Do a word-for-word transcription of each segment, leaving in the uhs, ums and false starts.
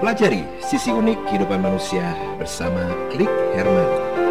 Pelajari sisi unik kehidupan manusia bersama Rick Herman.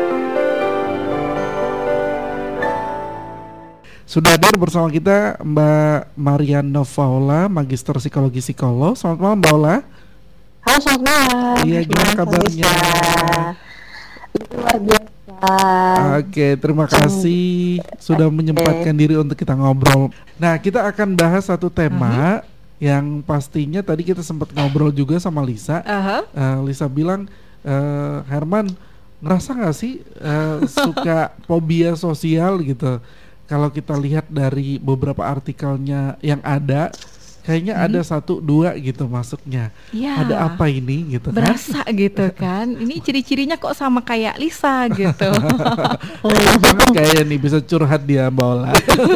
Sudah hadir bersama kita Mbak Mariana Faula, Magister Psikologi Psikolog. Selamat malam Mbak Faula. Halo, selamat malam. Iya, gimana kabarnya? Luar biasa. Oke, terima kasih sudah menyempatkan diri untuk kita ngobrol. Nah, kita akan bahas satu tema uh-huh. yang pastinya tadi kita sempat ngobrol juga sama Lisa. Uh-huh. Uh, Lisa bilang, uh, Herman, ngerasa nggak sih uh, suka fobia sosial gitu? Kalau kita lihat dari beberapa artikelnya yang ada, kayaknya hmm. ada satu dua gitu masuknya. Ya, ada apa ini gitu kan? Berasa gitu kan. Ini ciri-cirinya kok sama kayak Lisa gitu. Oh, banget kayaknya nih bisa curhat dia Mbak Ola.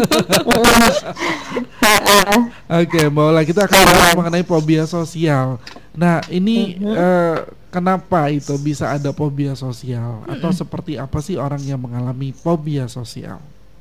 Oke, Mbak Ola, kita akan bahas mengenai fobia sosial. Nah, ini uh-huh. uh, kenapa itu bisa ada fobia sosial? Atau uh-huh. seperti apa sih orang yang mengalami fobia sosial?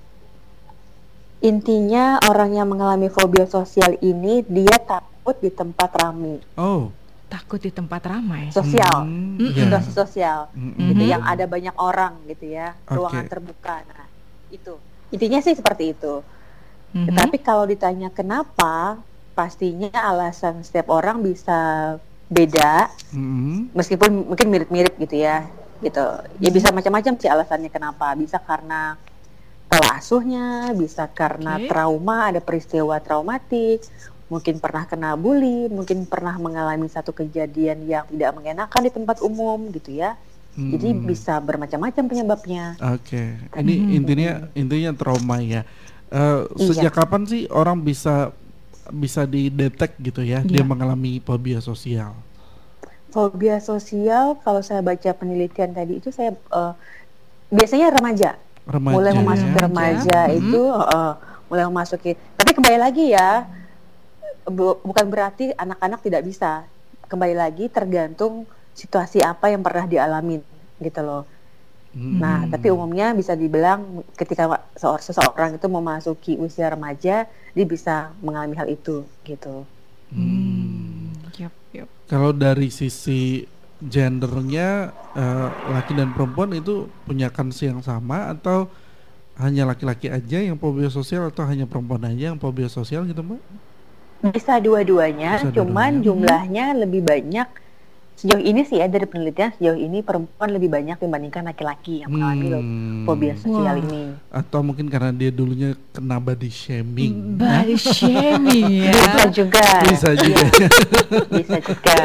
Intinya orang yang mengalami fobia sosial ini dia takut di tempat ramai. Oh, takut di tempat ramai. Sosial, mm-hmm. situasi yeah. sosial, mm-hmm. gitu yang ada banyak orang gitu ya, okay. ruangan terbuka. Nah, itu intinya sih seperti itu. Mm-hmm. Tetapi kalau ditanya kenapa, pastinya alasan setiap orang bisa beda, mm-hmm. meskipun mungkin mirip-mirip gitu ya, gitu. Ya bisa macam-macam sih alasannya kenapa. Bisa karena pola asuhnya, bisa karena okay. trauma, ada peristiwa traumatik, mungkin pernah kena bully, mungkin pernah mengalami satu kejadian yang tidak mengenakan di tempat umum gitu ya. Hmm. Jadi bisa bermacam-macam penyebabnya. Oke, okay. Ini hmm. intinya intinya trauma ya. Uh, sejak iya. kapan sih orang bisa bisa didetek gitu ya, iya. dia mengalami fobia sosial? Fobia sosial kalau saya baca penelitian tadi itu saya uh, biasanya remaja. Remaja, mulai memasuki ya. remaja hmm. itu uh, mulai memasuki, tapi kembali lagi ya, bu, bukan berarti anak-anak tidak bisa, kembali lagi tergantung situasi apa yang pernah dialamin gitu loh. hmm. Nah tapi umumnya bisa dibilang ketika seorang seseorang itu memasuki usia remaja, dia bisa mengalami hal itu gitu. hmm. yep, yep. Kalau dari sisi gendernya uh, laki dan perempuan itu punya kans yang sama atau hanya laki-laki aja yang fobia sosial atau hanya perempuan aja yang fobia sosial gitu Mbak? Bisa dua-duanya, Bisa cuman dua-duanya. jumlahnya hmm. lebih banyak sejauh ini sih ya, dari penelitian sejauh ini perempuan lebih banyak dibandingkan laki-laki yang mengalami hmm. fobia sosial wow. ini. Atau mungkin karena dia dulunya kena body shaming. Body shaming ya. Bisa juga. Bisa juga. Bisa juga.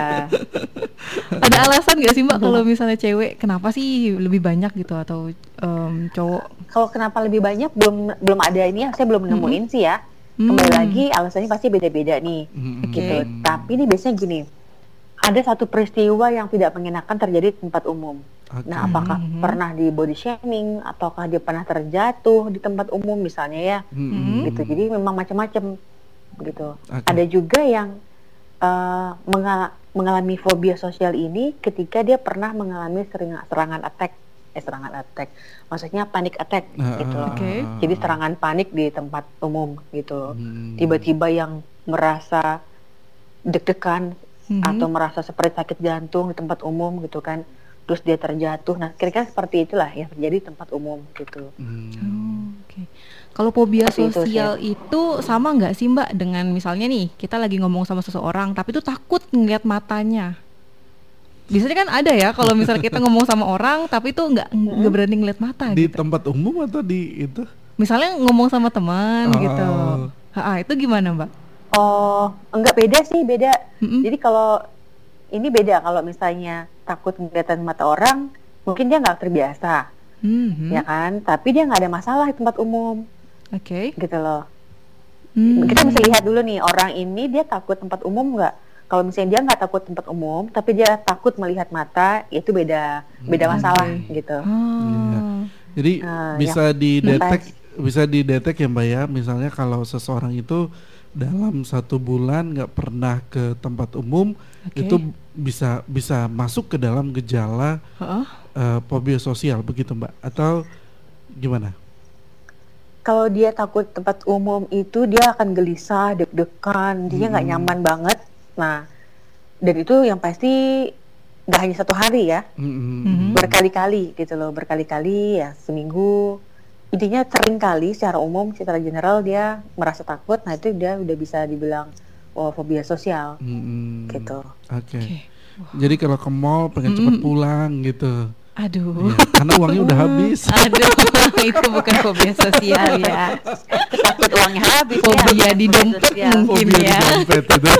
Ada alasan nggak sih Mbak kalau misalnya cewek kenapa sih lebih banyak gitu atau um, cowok? Kalau kenapa lebih banyak belum belum ada ini ya, saya belum nemuin mm-hmm. sih ya. Kembali mm. lagi alasannya pasti beda-beda nih. Mm-hmm. Gitu. Okay. Tapi ini biasanya gini. Ada satu peristiwa yang tidak mengenakan terjadi di tempat umum. Okay. Nah, apakah mm-hmm. pernah di body shaming ataukah dia pernah terjatuh di tempat umum misalnya ya. Mm-hmm. Gitu. Jadi memang macam-macam gitu. Okay. Ada juga yang uh, mengal- mengalami fobia sosial ini ketika dia pernah mengalami sering- serangan attack, eh serangan attack. Maksudnya panic attack uh, gitu loh. Okay. Jadi serangan panik di tempat umum gitu. Mm. Tiba-tiba yang merasa deg-degan Mm-hmm. atau merasa seperti sakit jantung di tempat umum gitu kan, terus dia terjatuh. Nah kira-kira seperti itulah yang terjadi di tempat umum gitu. Mm. Oh, Oke. Okay. Kalau fobia seperti sosial itu, itu sama nggak sih Mbak dengan misalnya nih kita lagi ngomong sama seseorang tapi tuh takut ngeliat matanya? Biasanya kan ada ya kalau misalnya kita ngomong sama orang tapi tuh nggak nggak mm-hmm. berani ngeliat mata. Di gitu. tempat umum atau di itu? Misalnya ngomong sama teman oh. gitu. Ha, itu gimana Mbak? Oh, enggak, beda sih, beda. Mm-hmm. Jadi kalau ini beda, kalau misalnya takut kelihatan mata orang, mungkin dia nggak terbiasa, mm-hmm. ya kan? Tapi dia nggak ada masalah di tempat umum, oke? Okay. Gitu loh. Mm-hmm. Kita bisa lihat dulu nih orang ini dia takut tempat umum nggak? Kalau misalnya dia nggak takut tempat umum, tapi dia takut melihat mata, itu beda, beda masalah, okay. gitu. Oh. Ya. Jadi uh, bisa didetek, bisa didetek ya Mbak ya. Misalnya kalau seseorang itu dalam satu bulan nggak pernah ke tempat umum, okay. itu bisa bisa masuk ke dalam gejala uh-uh. uh, fobia sosial begitu Mbak, atau gimana? Kalau dia takut tempat umum itu dia akan gelisah, deg-degan, dia nggak hmm. nyaman banget. Nah dan itu yang pasti nggak hanya satu hari ya, Mm-hmm. berkali-kali gitu loh, berkali-kali ya seminggu. Intinya sering kali secara umum, secara general dia merasa takut. Nah itu dia udah bisa dibilang oh, fobia sosial, Mm-hmm. gitu. Oke. Okay. Okay. Jadi kalau ke mall pengen Mm-hmm. cepat pulang gitu. Aduh. Ya, karena uangnya udah habis. Aduh, itu bukan fobia sosial ya. Takut uangnya habis. Fobia ya, di dompet mungkin Fobia ya. di dompet itu.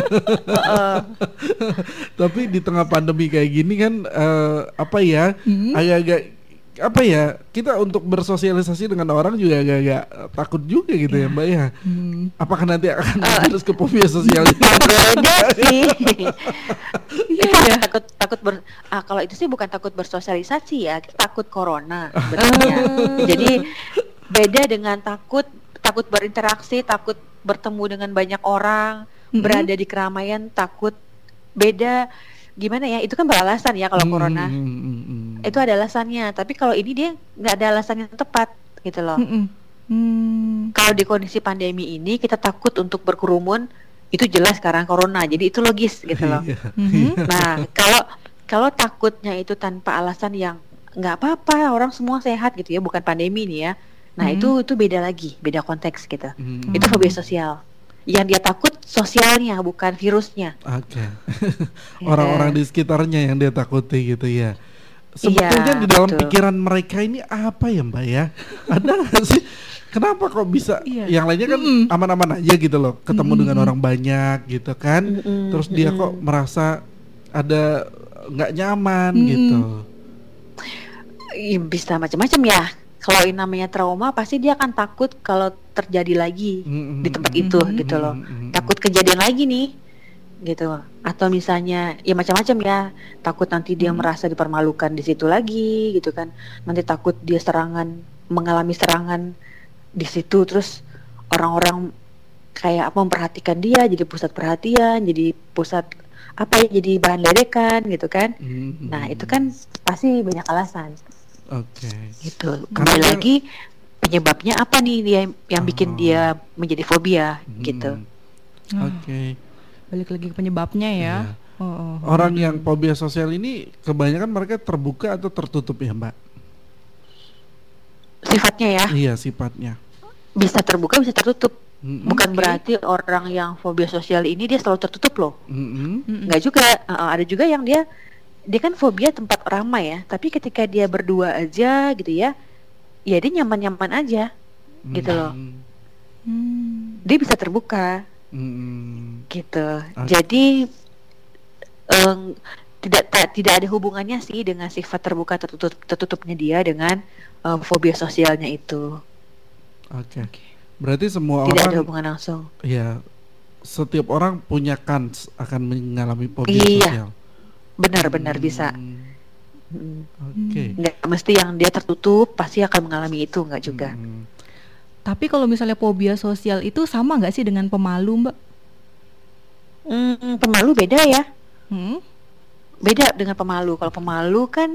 Tapi di tengah pandemi kayak gini kan uh, apa ya, hmm? agak-agak apa ya, kita untuk bersosialisasi dengan orang juga agak-agak takut juga gitu ya, ya Mbak ya. Hmm. Apakah nanti akan uh, terus ke fobia sosial? Beda sih. Iya ya. Takut takut ber, ah, kalau itu sih bukan takut bersosialisasi ya, takut corona sebenarnya. Jadi beda dengan takut takut berinteraksi, takut bertemu dengan banyak orang, mm-hmm. berada di keramaian, takut. Beda gimana ya, itu kan beralasan ya kalau corona. Mm-hmm. Itu ada alasannya, tapi kalau ini dia nggak ada alasan yang tepat gitu loh. Mm-hmm. Mm. Kalau di kondisi pandemi ini kita takut untuk berkerumun, itu jelas sekarang corona, jadi itu logis gitu loh. Mm-hmm. Nah kalau kalau takutnya itu tanpa alasan yang nggak apa-apa, orang semua sehat gitu ya, bukan pandemi nih ya. Nah mm-hmm. itu itu beda lagi, beda konteks gitu. Mm-hmm. Itu fobia sosial. Yang dia takut sosialnya, bukan virusnya. Oke. Okay. Orang-orang di sekitarnya yang dia takuti gitu ya. Sebetulnya iya, di dalam betul. pikiran mereka ini apa ya Mbak ya? Ada nggak sih? Kenapa kok bisa? Iya. Yang lainnya kan mm-hmm. aman-aman aja gitu loh, ketemu mm-hmm. dengan orang banyak gitu kan. Mm-hmm. Terus dia kok merasa ada nggak nyaman mm-hmm. gitu. Bisa macam-macam ya. Kalau ini namanya trauma, pasti dia akan takut kalau terjadi lagi mm-hmm. di tempat itu mm-hmm. gitu loh. Mm-hmm. Takut kejadian lagi nih, gitu. Atau misalnya, ya macam-macam ya. Takut nanti dia mm-hmm. merasa dipermalukan di situ lagi, gitu kan. Nanti takut dia serangan, mengalami serangan di situ. Terus orang-orang kayak apa memperhatikan dia, jadi pusat perhatian, jadi pusat apa ya, jadi bahan ledekan, gitu kan. Mm-hmm. Nah itu kan pasti banyak alasan. Oke. Okay. Gitu. Kembali yang... lagi penyebabnya apa nih dia yang bikin oh. dia menjadi fobia hmm. gitu. Oke. Okay. Balik lagi ke penyebabnya ya. Yeah. Oh, oh. Orang hmm. yang fobia sosial ini kebanyakan mereka terbuka atau tertutup ya Mbak? Sifatnya ya? Iya sifatnya. Bisa terbuka bisa tertutup. Mm-hmm. Bukan okay. berarti orang yang fobia sosial ini dia selalu tertutup loh. Mm-hmm. Nggak juga. Uh, ada juga yang dia dia kan fobia tempat ramai ya, tapi ketika dia berdua aja gitu ya, ya dia nyaman-nyaman aja, hmm. gitu loh. Hmm. Dia bisa terbuka, hmm. gitu. Okay. Jadi um, tidak ta, tidak ada hubungannya sih dengan sifat terbuka tertutup tertutupnya dia dengan um, fobia sosialnya itu. Oke. Okay. Berarti semua tidak orang ada hubungan langsung. Ya, setiap orang punya kans akan mengalami fobia iya. sosial. Benar-benar hmm. bisa. Hmm. Oke. Okay. Nggak mesti yang dia tertutup pasti akan mengalami itu, nggak juga. Hmm. Tapi kalau misalnya fobia sosial itu sama nggak sih dengan pemalu, Mbak? Hmm, pemalu beda ya. Hmm? Beda dengan pemalu. Kalau pemalu kan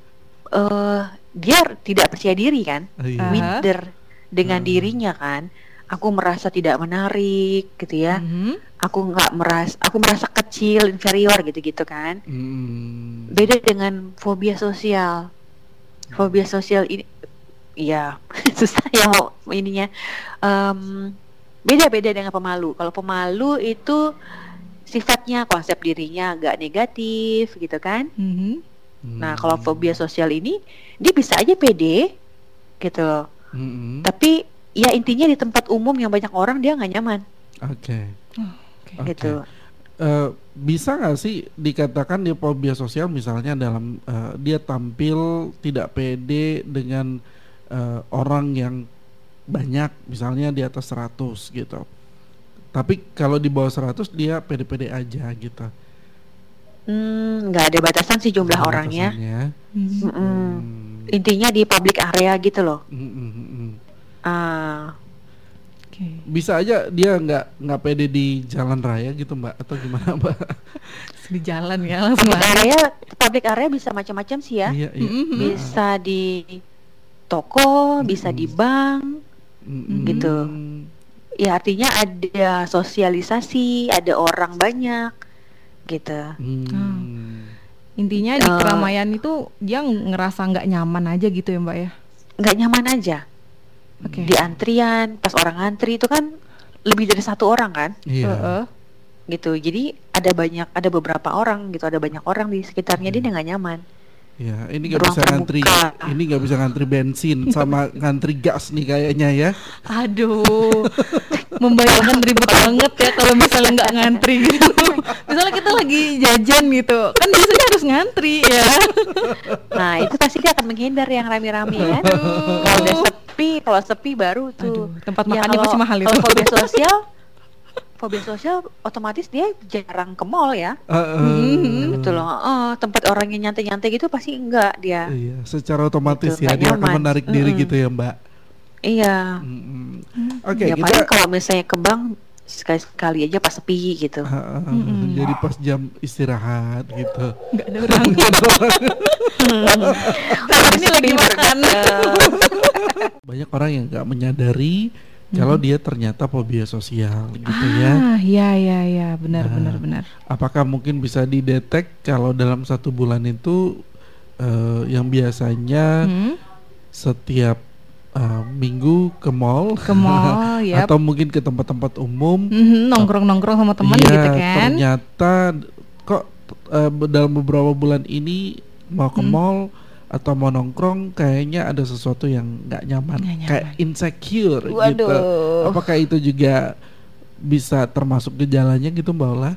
uh, dia tidak percaya diri kan, uh-huh. minder dengan uh-huh. dirinya kan. Aku merasa tidak menarik gitu ya. Mm-hmm. Aku nggak merasa, aku merasa kecil, inferior gitu-gitu kan. Mm. Beda dengan fobia sosial. Fobia sosial ini, ya susah ya mau ininya. Um, beda-beda dengan pemalu. Kalau pemalu itu sifatnya konsep dirinya agak negatif gitu kan. Mm-hmm. Nah kalau fobia sosial ini dia bisa aja pede gitu. Mm-hmm. Tapi ya intinya di tempat umum yang banyak orang dia nggak nyaman. Oke. Okay. Oh, okay. Gitu. Uh, bisa nggak sih dikatakan dia fobia sosial misalnya dalam uh, dia tampil tidak pede dengan uh, orang yang banyak, misalnya di atas seratus gitu. Tapi kalau di bawah seratus dia pede-pede aja gitu. Hmm, nggak ada batasan sih jumlah gak orangnya. Hmm. Hmm. Intinya di public area gitu loh. Hmm. Ah, okay. Bisa aja dia nggak nggak pede di jalan raya gitu Mbak, atau gimana Mbak? Di jalan ya langsung. Public area, public area bisa macam-macam sih ya. Iya, iya. Mm-hmm. Bisa di toko, mm-hmm. bisa di bank, mm-hmm. gitu. Ya artinya ada sosialisasi, ada orang banyak, gitu. Hmm. Hmm. Intinya di keramaian uh, itu dia ngerasa nggak nyaman aja gitu ya Mbak ya? Nggak nyaman aja. Oke. Okay. Di antrian, pas orang antri itu kan lebih dari satu orang kan? Iya. Uh-uh. Gitu. Jadi ada banyak, ada beberapa orang gitu, ada banyak orang di sekitarnya, hmm. dia nggak nyaman. Ya, ini nggak bisa ngantri, ini nggak bisa ngantri bensin sama ngantri gas nih kayaknya ya. Aduh, membayangkan ribet banget ya kalau misalnya nggak ngantri gitu. Misalnya kita lagi jajan gitu, kan biasanya harus ngantri ya. Nah itu pasti dia akan menghindar yang rame-rame kan. Kalau udah sepi, kalau sepi baru tuh. Aduh, tempat ya, makannya pasti mahal itu. Kalau fobia sosial, fobia sosial otomatis dia jarang ke mall ya. Uh, uh, hmm, gitu loh. Oh, tempat orang yang nyantai-nyantai gitu pasti enggak dia. Iya, secara otomatis gitu, ya dia akan menarik mm-hmm. diri gitu ya Mbak. Iya. Mm-hmm. Oke, okay, ya, kita paling kalau misalnya ke bank sekali-sekali aja pas sepi gitu. Uh, uh, mm-hmm. Jadi pas jam istirahat gitu. Enggak ada orang. Ini lagi makan. Banyak orang yang nggak menyadari kalau dia ternyata fobia sosial gitu ya. Ah, ya ya ya, benar nah, benar benar. Apakah mungkin bisa didetek kalau dalam satu bulan itu uh, yang biasanya hmm? setiap uh, minggu ke mall, ke mall, yep. atau mungkin ke tempat-tempat umum, mm-hmm, nongkrong-nongkrong sama teman ya, gitu kan? Ternyata kok uh, dalam beberapa bulan ini mau ke hmm. mall atau mau nongkrong kayaknya ada sesuatu yang nggak nyaman, nyaman, kayak insecure. Waduh. Gitu. Apakah itu juga bisa termasuk gejalanya gitu Mbak Ola?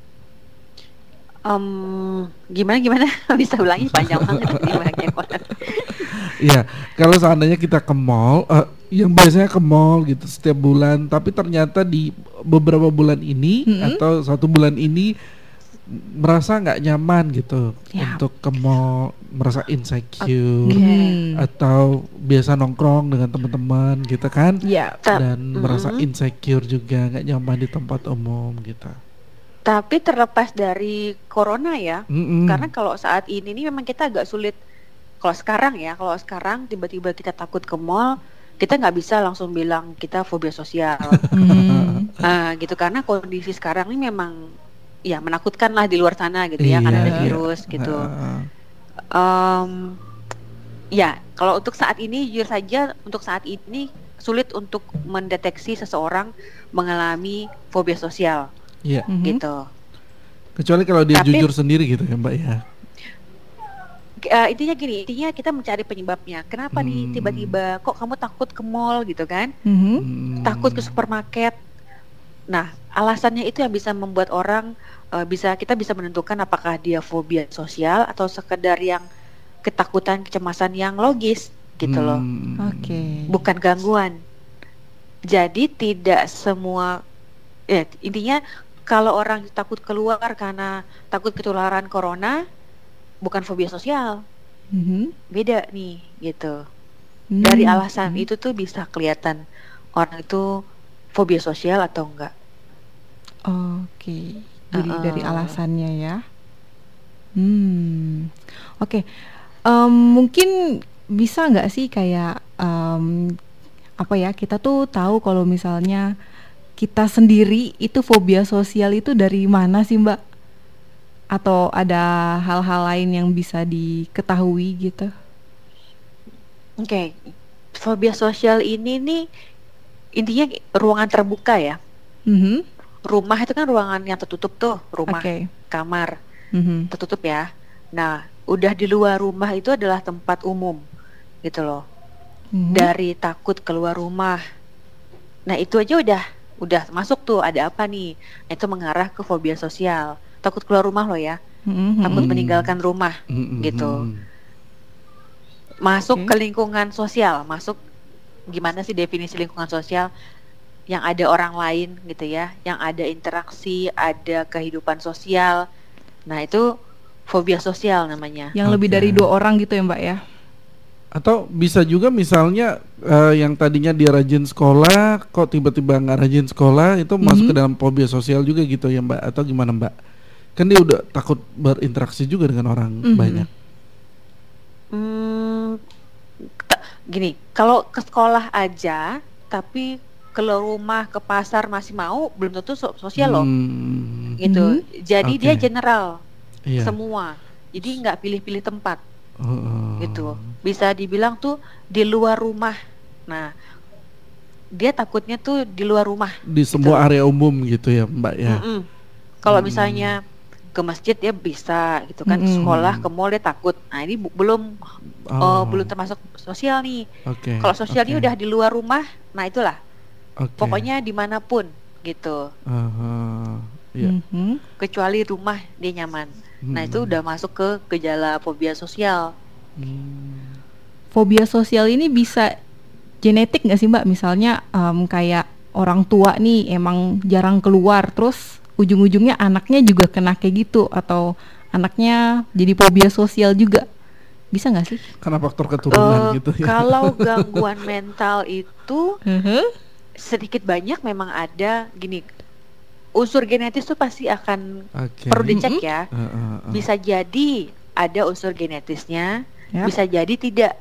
Um, gimana gimana bisa ulangi panjang banget gimana gimana? Iya, kalau seandainya kita ke mall, uh, yang biasanya ke mall gitu setiap bulan, tapi ternyata di beberapa bulan ini mm-hmm. atau satu bulan ini merasa nggak nyaman gitu ya. Untuk ke mall, merasa insecure okay. atau biasa nongkrong dengan teman-teman gitu kan ya. Dan mm-hmm. merasa insecure juga, nggak nyaman di tempat umum gitu. Tapi terlepas dari corona ya, mm-hmm. karena kalau saat ini nih memang kita agak sulit. Kalau sekarang ya, kalau sekarang tiba-tiba kita takut ke mall, kita nggak bisa langsung bilang kita fobia sosial, mm. uh, gitu karena kondisi sekarang ini memang ya menakutkan lah di luar sana gitu ya, iya, karena ada virus iya. gitu. Uh. Um, ya kalau untuk saat ini jujur saja untuk saat ini sulit untuk mendeteksi seseorang mengalami fobia sosial, yeah. gitu. Kecuali kalau dia Tapi, jujur sendiri gitu ya Mbak ya. Uh, intinya gini, intinya kita mencari penyebabnya. Kenapa hmm. nih tiba-tiba kok kamu takut ke mall gitu kan? Hmm. Takut ke supermarket. Nah, alasannya itu yang bisa membuat orang uh, bisa kita bisa menentukan apakah dia fobia sosial atau sekedar yang ketakutan, kecemasan yang logis gitu loh. Hmm. Oke. Okay. Bukan gangguan. Jadi tidak semua ya, intinya kalau orang takut keluar karena takut ketularan corona bukan fobia sosial. Mm-hmm. Beda nih gitu. Mm-hmm. Dari alasan mm-hmm. itu tuh bisa kelihatan orang itu fobia sosial atau enggak. Oke, okay. Jadi uh-uh. dari alasannya ya. Hmm, oke. Okay. Um, mungkin bisa nggak sih kayak um, apa ya? Kita tuh tahu kalau misalnya kita sendiri itu fobia sosial itu dari mana sih Mbak? Atau ada hal-hal lain yang bisa diketahui gitu? Oke, okay. Fobia sosial ini nih intinya ruangan terbuka ya. Mm-hmm. Rumah itu kan ruangan yang tertutup tuh, rumah, okay. kamar, mm-hmm. tertutup ya. Nah, udah di luar rumah itu adalah tempat umum, gitu loh. Mm-hmm. Dari takut keluar rumah. Nah, itu aja udah, udah masuk tuh. Ada apa nih? Nah, itu mengarah ke fobia sosial. Takut keluar rumah loh ya, mm-hmm. takut meninggalkan rumah, mm-hmm. gitu. Masuk okay. ke lingkungan sosial, masuk gimana sih definisi lingkungan sosial? Yang ada orang lain gitu ya, yang ada interaksi, ada kehidupan sosial. Nah itu fobia sosial namanya. Yang okay. lebih dari dua orang gitu ya Mbak ya? Atau bisa juga misalnya uh, yang tadinya dia rajin sekolah, kok tiba-tiba nggak rajin sekolah, itu mm-hmm. masuk ke dalam fobia sosial juga gitu ya Mbak? Atau gimana Mbak? Kan dia udah takut berinteraksi juga dengan orang mm-hmm. banyak. Hmm, t- gini, kalau ke sekolah aja, tapi keluar rumah ke pasar masih mau, belum tentu so- sosial loh. Hmm. Gitu. Mhm. Jadi Oke. dia general Iya. semua. Jadi nggak pilih-pilih tempat Oh. gitu. Bisa dibilang tuh di luar rumah. Nah, dia takutnya tuh di luar rumah. Di semua area umum gitu ya, Mbak ya. Mm-mm. Kalau Hmm. misalnya ke masjid dia bisa gitu kan, Mm-mm. sekolah ke mall dia takut. Nah ini bu- belum Oh. oh, belum termasuk sosial nih. Oke. Kalau sosial ini oke, udah di luar rumah, nah itulah. oke. Pokoknya dimanapun gitu, Aha, iya. Mhm. kecuali rumah dia nyaman. Nah itu Hmm. udah masuk ke gejala fobia sosial. Hmm. Fobia sosial ini bisa genetik nggak sih Mbak? Misalnya em, kayak orang tua nih emang jarang keluar, terus ujung-ujungnya anaknya juga kena kayak gitu, atau anaknya jadi fobia sosial juga, bisa nggak sih? Karena faktor keturunan Eh, gitu ya. Kalau gangguan mental itu Heeh. sedikit banyak memang ada gini, unsur genetis tuh pasti akan Oke. perlu dicek Mm-mm. ya. Eh, eh, eh. Bisa jadi ada unsur genetisnya, Yap. bisa jadi tidak.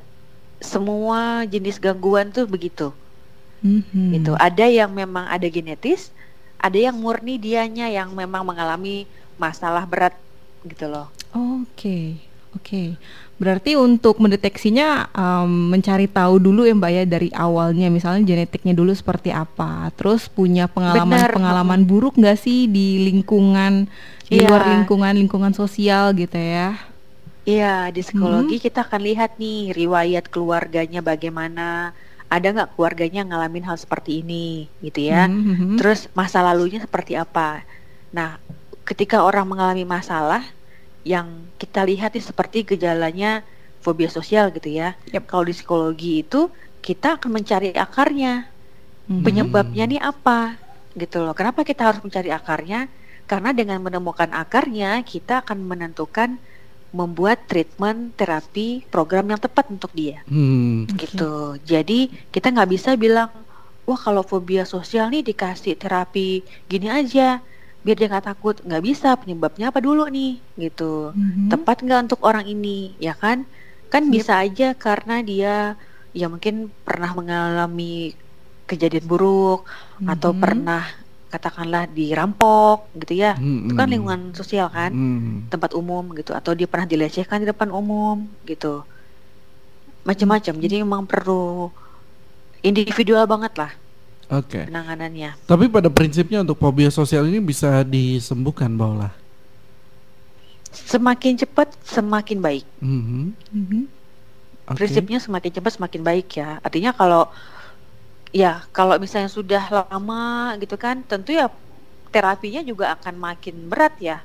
Semua jenis gangguan tuh begitu. Mhm. Gitu. Ada yang memang ada genetis, ada yang murni dianya yang memang mengalami masalah berat gitu loh. Oke, oke. Berarti untuk mendeteksinya em, mencari tahu dulu ya Mbak ya dari awalnya, misalnya genetiknya dulu seperti apa, terus punya pengalaman-pengalaman buruk nggak sih di lingkungan, di Iya. luar lingkungan lingkungan sosial gitu ya? Iya, di psikologi kita akan lihat nih riwayat keluarganya bagaimana, ada nggak keluarganya ngalamin hal seperti ini gitu ya. Mhm. Terus masa lalunya seperti apa. Nah, ketika orang mengalami masalah yang kita lihat nih seperti gejalanya fobia sosial gitu ya. Yap. Kalau di psikologi itu kita akan mencari akarnya, Mhm. penyebabnya nih apa gitu loh. Kenapa kita harus mencari akarnya? Karena dengan menemukan akarnya kita akan menentukan membuat treatment, terapi, program yang tepat untuk dia. Hmm. Oke. Gitu. Jadi kita nggak bisa bilang, wah kalau fobia sosial nih dikasih terapi gini aja, biar dia nggak takut. Nggak bisa, penyebabnya apa dulu nih, gitu. Mhm. Tepat nggak untuk orang ini, ya kan? Kan Yep. bisa aja karena dia ya mungkin pernah mengalami kejadian buruk atau Mhm. pernah katakanlah dirampok gitu ya. Hmm, Itu kan hmm. lingkungan sosial kan, Hmm. tempat umum gitu, atau dia pernah dilecehkan di depan umum gitu, macam-macam. Jadi memang perlu individual banget lah Oke. penanganannya. Tapi pada prinsipnya untuk fobia sosial ini bisa disembuhkan, Mbak Ola? Semakin cepat semakin baik. Mhm. Mhm. Oke. Prinsipnya semakin cepat semakin baik ya. Artinya kalau ya kalau misalnya sudah lama gitu kan, tentu ya terapinya juga akan makin berat ya.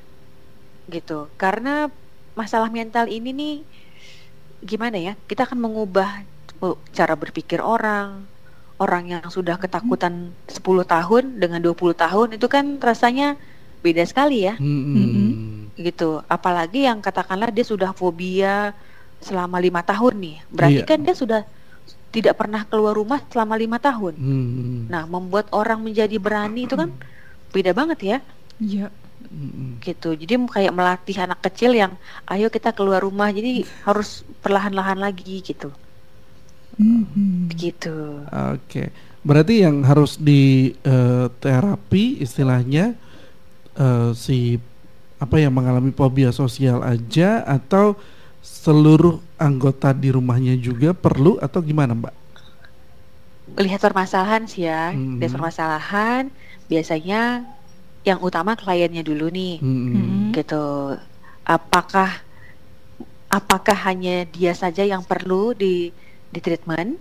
Gitu. Karena masalah mental ini nih gimana ya? Kita akan mengubah uh, cara berpikir orang. Orang yang sudah ketakutan sepuluh tahun dengan dua puluh tahun itu kan rasanya beda sekali ya. Hmm. Gitu. Apalagi yang katakanlah dia sudah fobia selama lima tahun nih, berarti Iya. kan dia sudah tidak pernah keluar rumah selama lima tahun. Hmm. Nah, membuat orang menjadi berani itu kan beda banget ya, Iya. Hmm. gitu. Jadi kayak melatih anak kecil yang ayo kita keluar rumah, jadi harus perlahan-lahan lagi gitu, Mhm. gitu. Oke. Berarti yang harus di eh, terapi istilahnya eh, si apa yang mengalami fobia sosial aja atau seluruh anggota di rumahnya juga perlu atau gimana, Mbak? Lihat permasalahan sih ya, Mhm. lihat permasalahan. Biasanya yang utama kliennya dulu nih. Hmm. Mhm. Gitu. Apakah apakah hanya dia saja yang perlu di di treatment?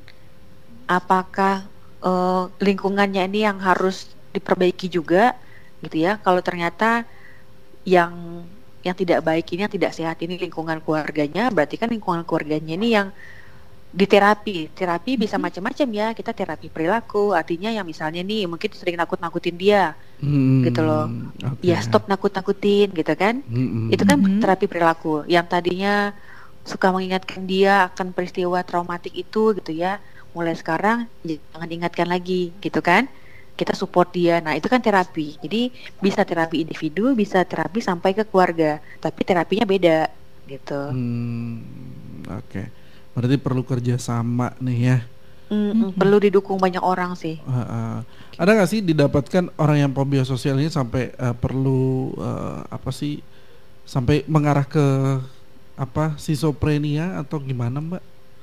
Apakah eh, lingkungannya ini yang harus diperbaiki juga gitu ya? Kalau ternyata yang yang tidak baik ini, yang tidak sehat ini lingkungan keluarganya, berarti kan lingkungan keluarganya ini yang diterapi. Terapi bisa macam-macam ya. Kita terapi perilaku, artinya yang misalnya nih mungkin sering nakut-nakutin dia, Hmm. gitu loh. Oke. Ya stop nakut-nakutin gitu kan. Hmm. Itu kan Mhm. terapi perilaku yang tadinya suka mengingatkan dia akan peristiwa traumatik itu gitu ya. Mulai sekarang jangan ingatkan lagi gitu kan. Kita support dia. Nah, itu kan terapi. Jadi bisa terapi individu, bisa terapi sampai ke keluarga. Tapi terapinya beda gitu. Hmm. Oke. Berarti perlu kerjasama nih ya. Mm-mm, mm-hmm. perlu didukung banyak orang sih. Uh, uh. Ada nggak sih didapatkan orang yang fobia sosial ini sampai uh, perlu uh, apa sih sampai mengarah ke apa schizophrenia atau gimana Mbak?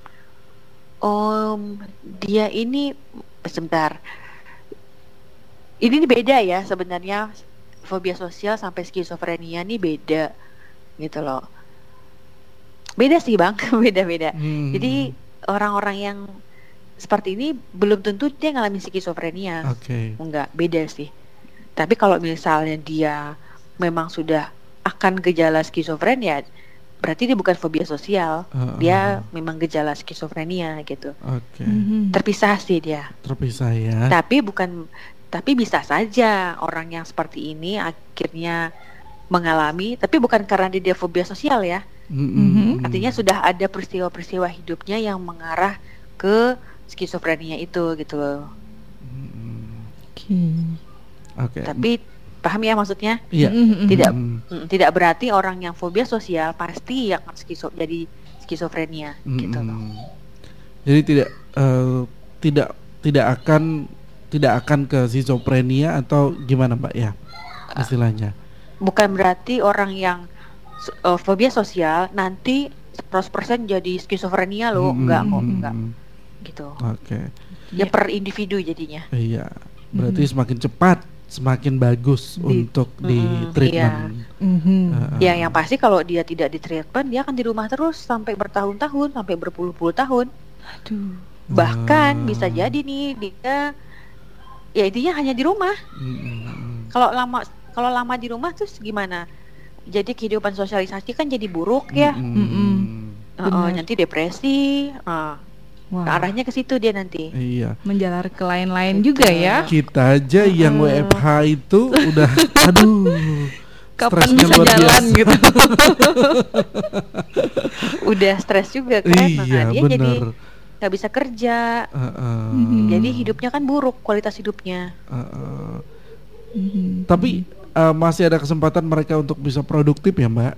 Om dia ini sebentar. Ini beda ya sebenarnya, fobia sosial sampai skizofrenia nih beda gitu loh. Beda sih Bang, beda-beda. Hmm. Jadi orang-orang yang seperti ini belum tentu dia ngalamin skizofrenia. Oke. Okay. Enggak, beda sih. Tapi kalau misalnya dia memang sudah akan gejala skizofrenia, berarti dia bukan fobia sosial. Uh, dia uh. memang gejala skizofrenia gitu. Oke. Okay. Mm-hmm. Terpisah sih dia. Terpisah ya. Tapi bukan tapi bisa saja orang yang seperti ini akhirnya mengalami, tapi bukan karena dia, dia fobia sosial ya. Mm-hmm. Artinya sudah ada peristiwa-peristiwa hidupnya yang mengarah ke skizofrenia itu gitu loh. Oke. Okay. Okay. Tapi paham ya maksudnya? Iya. Mm-hmm. Tidak mm, tidak berarti orang yang fobia sosial pasti yang skizo jadi skizofrenia mm-hmm. gitu loh. Jadi tidak uh, tidak tidak akan tidak akan ke skizofrenia atau gimana Mbak ya istilahnya? Bukan berarti orang yang uh, fobia sosial nanti seratus persen jadi skizofrenia loh, mm-hmm. enggak kok, enggak. Gitu. Oke. Okay. Ya per individu jadinya. Iya. Berarti mm-hmm. semakin cepat semakin bagus di, untuk mm, di treatment. Iya. Mm-hmm. Uh, ya yang pasti kalau dia tidak di treatment dia akan di rumah terus sampai bertahun-tahun, sampai berpuluh-puluh tahun. Aduh. Bahkan uh. bisa jadi nih dia ya intinya hanya di rumah. Mm-hmm. Kalau lama kalau lama di rumah terus gimana? Jadi kehidupan sosialisasi kan jadi buruk ya. Mm-hmm. Uh, uh, nanti depresi. Uh, Wow. Nah, arahnya ke situ dia nanti. Iya. Menjalar ke lain-lain gitu. Juga ya. Kita aja uh-huh. yang W F H itu udah aduh. Kapan bisa jalan gitu. Udah stres juga kan. Iya, nah, dia bener. jadi nggak bisa kerja. Uh-uh. Mm-hmm. Jadi hidupnya kan buruk kualitas hidupnya. Uh-uh. Mm-hmm. Tapi uh, masih ada kesempatan mereka untuk bisa produktif ya Mbak?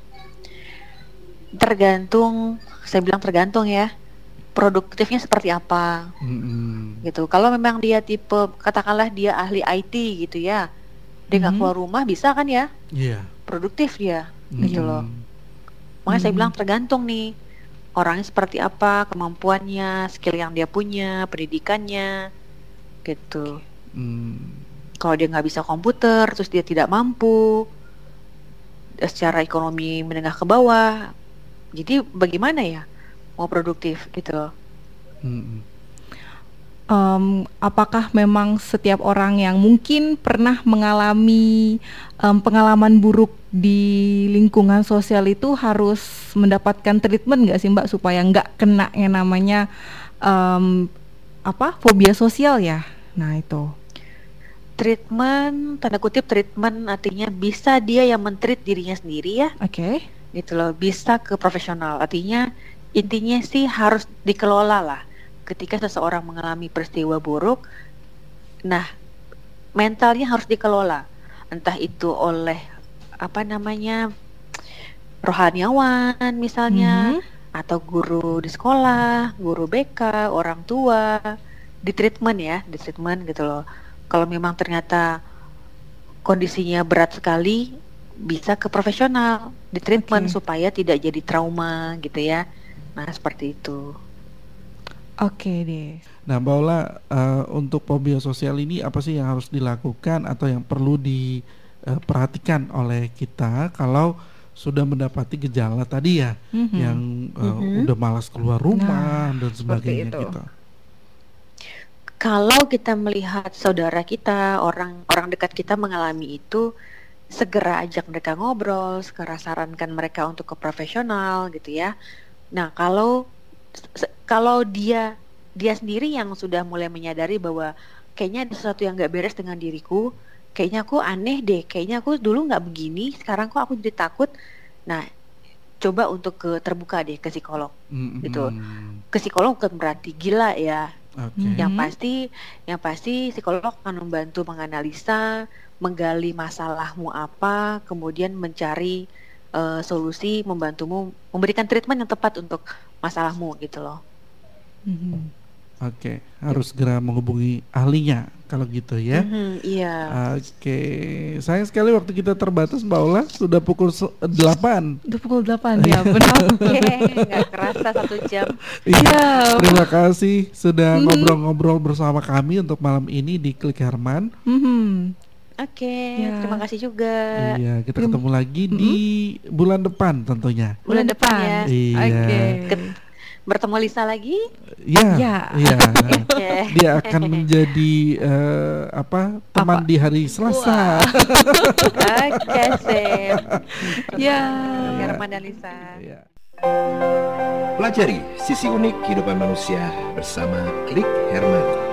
Tergantung, saya bilang tergantung ya. Produktifnya seperti apa, mm-hmm. gitu. Kalau memang dia tipe, katakanlah dia ahli I T gitu ya, dia nggak mm-hmm. keluar rumah bisa kan ya, yeah. produktif dia, mm-hmm. gitu loh. Makanya mm-hmm. saya bilang tergantung nih, orangnya seperti apa, kemampuannya, skill yang dia punya, pendidikannya, gitu. Mm. Kalau dia nggak bisa komputer, terus dia tidak mampu, secara ekonomi menengah ke bawah, jadi bagaimana ya? Mau produktif gitu. Hmm. Um, apakah memang setiap orang yang mungkin pernah mengalami um, pengalaman buruk di lingkungan sosial itu harus mendapatkan treatment nggak sih Mbak supaya nggak kena yang namanya um, apa fobia sosial ya? Nah itu. Treatment, tanda kutip treatment artinya bisa dia yang men-treat dirinya sendiri ya. Oke. Okay. Gitu loh, bisa ke profesional. Artinya intinya sih harus dikelola lah. Ketika seseorang mengalami peristiwa buruk, nah mentalnya harus dikelola. Entah itu oleh apa namanya rohaniawan misalnya, mm-hmm. atau guru di sekolah, guru B K, orang tua, di treatment ya, di treatment gitu loh. Kalau memang ternyata kondisinya berat sekali, bisa ke profesional, di treatment okay. supaya tidak jadi trauma gitu ya. Nah seperti itu. Oke okay, deh. Nah Mbak Ola, uh, untuk fobia sosial ini apa sih yang harus dilakukan atau yang perlu diperhatikan uh, oleh kita kalau sudah mendapati gejala tadi ya, mm-hmm. yang uh, mm-hmm. udah malas keluar rumah nah, dan sebagainya gitu. Kalau kita melihat saudara kita, orang orang dekat kita mengalami itu, segera ajak mereka ngobrol, segera sarankan mereka untuk ke profesional gitu ya. Nah kalau kalau dia dia sendiri yang sudah mulai menyadari bahwa kayaknya ada sesuatu yang nggak beres dengan diriku, kayaknya aku aneh deh, kayaknya aku dulu nggak begini, sekarang kok aku jadi takut. Nah coba untuk ke terbuka deh ke psikolog, mm-hmm. gitu. Ke psikolog bukan berarti gila ya. Okay. Yang pasti yang pasti psikolog akan membantu menganalisa, menggali masalahmu apa, kemudian mencari Uh, solusi, membantumu memberikan treatment yang tepat untuk masalahmu gitu loh. Mm-hmm. Oke, harus segera menghubungi ahlinya kalau gitu ya. Mm-hmm, iya. Oke, sayang sekali waktu kita terbatas Mbak Ola, sudah pukul delapan. Udah pukul delapan ya, benar. Oke, nggak kerasa satu jam. Iya. Terima kasih sudah mm-hmm. ngobrol-ngobrol bersama kami untuk malam ini di Klik Herman. Mm-hmm. Oke, okay, ya. Terima kasih juga. Iya, kita ketemu lagi mm-hmm. di bulan depan tentunya. Bulan depan ya. Iya. Okay. Bertemu Lisa lagi? Ya, ya. ya. Okay. Dia akan menjadi uh, apa teman apa? Di hari Selasa. Oke, okay, sip. Ya, Herman dan Lisa. Ya. Pelajari sisi unik kehidupan manusia bersama Klik Herman.